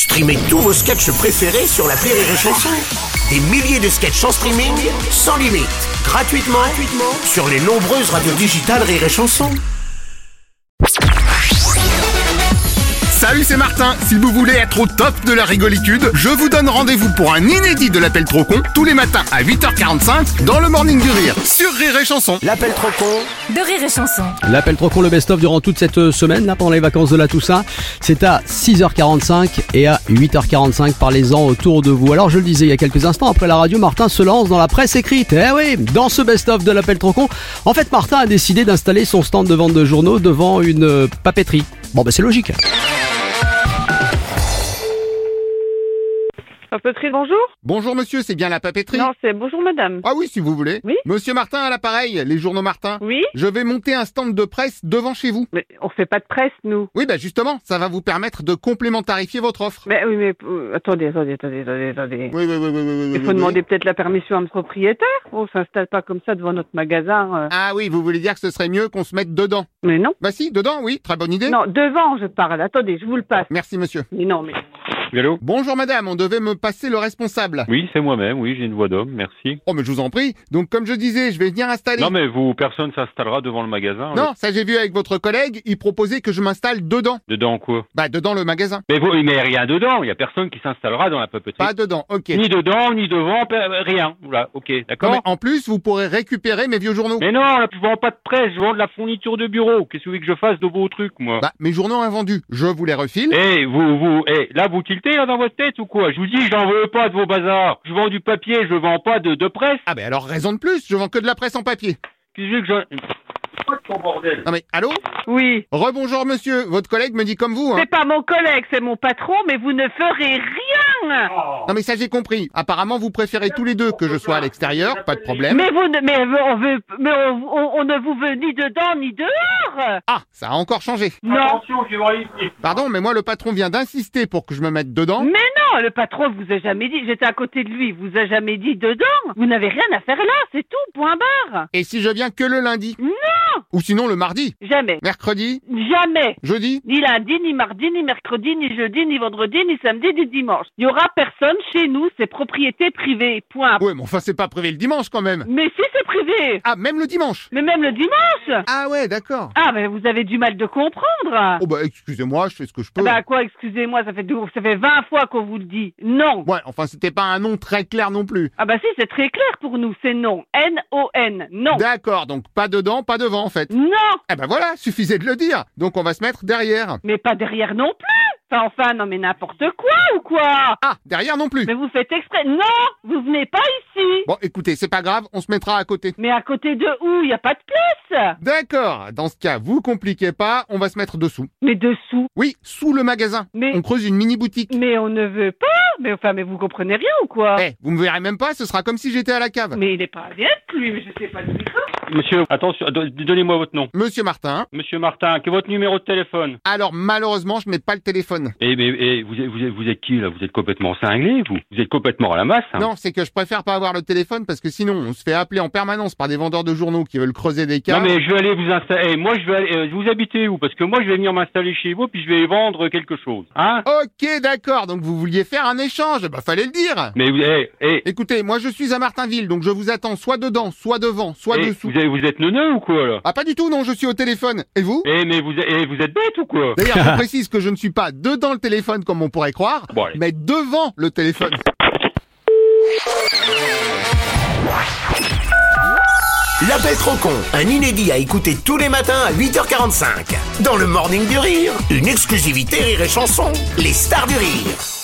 Streamez tous vos sketchs préférés sur l'appli Rire et Chanson. Des milliers de sketchs en streaming, sans limite, gratuitement sur les nombreuses radios digitales Rire et Chanson. Salut, c'est Martin. Si vous voulez être au top de la rigolitude, je vous donne rendez-vous pour un inédit de l'appel trop con tous les matins à 8h45 dans le Morning du Rire sur Rire et Chanson. L'appel trop con de Rire et Chanson. L'appel trop con, le best-of durant toute cette semaine, là, pendant les vacances de la Toussaint. C'est à 6h45 et à 8h45. Parlez-en autour de vous. Alors, je le disais il y a quelques instants, après la radio, Martin se lance dans la presse écrite. Eh oui, dans ce best-of de l'appel trop con, en fait, Martin a décidé d'installer son stand de vente de journaux devant une papeterie. Bon, c'est logique. Papeterie, bonjour. Bonjour monsieur, c'est bien la papeterie? Non, c'est bonjour madame. Ah oui, si vous voulez. Oui. Monsieur Martin à l'appareil, les journaux Martin. Oui. Je vais monter un stand de presse devant chez vous. Mais on fait pas de presse, nous. Oui, justement, ça va vous permettre de complémentarifier votre offre. Mais oui, mais attendez. Oui. Il faut demander peut-être la permission à un propriétaire. On s'installe pas comme ça devant notre magasin. Ah oui, vous voulez dire que ce serait mieux qu'on se mette dedans? Mais non. Bah si, dedans, oui, très bonne idée. Non, devant, je parle. Attendez, je vous le passe. Merci monsieur. Mais non, mais... Allô ? Bonjour madame, on devait me passer le responsable. Oui, c'est moi-même, oui, j'ai une voix d'homme, merci. Oh mais je vous en prie. Donc comme je disais, je vais venir installer. Non mais personne s'installera devant le magasin. Non, ça j'ai vu avec votre collègue, il proposait que je m'installe dedans. Dedans quoi ? Bah dedans le magasin. Mais rien dedans, il y a personne qui s'installera dans la papeterie. Pas dedans, ok. Ni dedans, ni devant, rien. Voilà, ok, d'accord. Non, mais en plus, vous pourrez récupérer mes vieux journaux. Mais non, là, je vends pas de presse, je vends de la fourniture de bureau. Qu'est-ce que vous voulez que je fasse de vos trucs, moi ? Bah mes journaux invendus, je vous les refile. Là vous tiltez là dans votre tête ou quoi ? Je vous dis, j'en veux pas de vos bazars. Je vends du papier, je vends pas de presse. Ah ben alors raison de plus, je vends que de la presse en papier. Qu'est-ce que je... Quoi de ton bordel ? Non mais allô ? Oui. Rebonjour monsieur, votre collègue me dit comme vous, hein. C'est pas mon collègue, c'est mon patron, mais vous ne ferez rien. Non mais ça j'ai compris. Apparemment vous préférez tous les deux que je sois à l'extérieur, pas de problème. Mais on ne vous veut ni dedans ni dehors. Ah, ça a encore changé. Non. Attention, je vais voir ici. Pardon, mais moi le patron vient d'insister pour que je me mette dedans. Mais non, le patron vous a jamais dit, j'étais à côté de lui, vous a jamais dit dedans. Vous n'avez rien à faire là, c'est tout, point barre. Et si je viens que le lundi ? Non. Ou sinon le mardi ? Jamais. Mercredi ? Jamais. Jeudi ? Ni lundi, ni mardi, ni mercredi, ni jeudi, ni vendredi, ni samedi, ni dimanche. Il y aura personne chez nous, c'est propriété privée, point. Ouais, mais enfin c'est pas privé le dimanche quand même. Mais si c'est privé. Ah, même le dimanche ? Mais même le dimanche. Ah ouais, d'accord. Ah, mais vous avez du mal de comprendre. Oh bah excusez-moi, je fais ce que je peux. Bah quoi, excusez-moi, ça fait 20 fois qu'on vous le dit. Non. Ouais, enfin c'était pas un nom très clair non plus. Ah bah si, c'est très clair pour nous, c'est non. N-O-N, non. D'accord, donc pas dedans, pas devant en fait. Non. Eh ben voilà, suffisait de le dire. Donc on va se mettre derrière. Mais pas derrière non plus. Enfin, non mais n'importe quoi ou quoi? Ah, derrière non plus. Mais vous faites exprès. Non, vous venez pas ici. Bon, écoutez, c'est pas grave, on se mettra à côté. Mais à côté de où? Y a pas de place. D'accord, dans ce cas, vous compliquez pas, on va se mettre dessous. Mais dessous. Oui, sous le magasin. Mais- On creuse une mini-boutique. Mais on ne veut pas. Mais vous comprenez rien ou quoi? Eh, vous me verrez même pas, ce sera comme si j'étais à la cave. Mais il est pas bien lui, mais je sais pas du tout. Monsieur, attention, donnez-moi votre nom. Monsieur Martin. Monsieur Martin, quel est votre numéro de téléphone ? Alors malheureusement, je n'ai pas le téléphone. Mais vous êtes qui là ? Vous êtes complètement cinglé, vous ? Vous êtes complètement à la masse, hein ? Non, c'est que je préfère pas avoir le téléphone parce que sinon, on se fait appeler en permanence par des vendeurs de journaux qui veulent creuser des cas. Non mais je vais aller vous installer. Moi je vais aller. Vous habitez où ? Parce que moi je vais venir m'installer chez vous puis je vais vendre quelque chose. Hein ? Ok, d'accord, donc vous vouliez faire un échange, bah fallait le dire. Mais Écoutez, moi je suis à Martinville, donc je vous attends soit dedans, soit devant, soit dessous. vous êtes neuneux ou quoi là ? Ah pas du tout, non, je suis au téléphone. Et vous ? Mais vous êtes bête ou quoi ? D'ailleurs, je précise que je ne suis pas dedans le téléphone comme on pourrait croire, Bon, allez. mais devant le téléphone. L'appel trop con, un inédit à écouter tous les matins à 8h45. Dans le Morning du Rire, une exclusivité Rire et Chanson, les stars du rire.